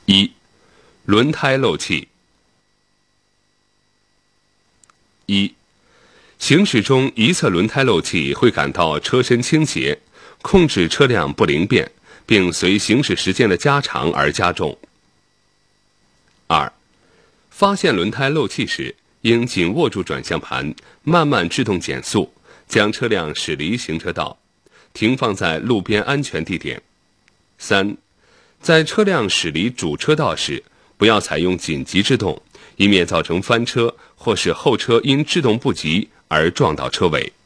一、轮胎漏气。一、行驶中一侧轮胎漏气会感到车身倾斜，控制车辆不灵便，并随行驶时间的加长而加重。二、发现轮胎漏气时，应紧握住转向盘，慢慢制动减速，将车辆驶离行车道，停放在路边安全地点。三、在车辆驶离主车道时，不要采用紧急制动，以免造成翻车或是后车因制动不及而撞到车尾。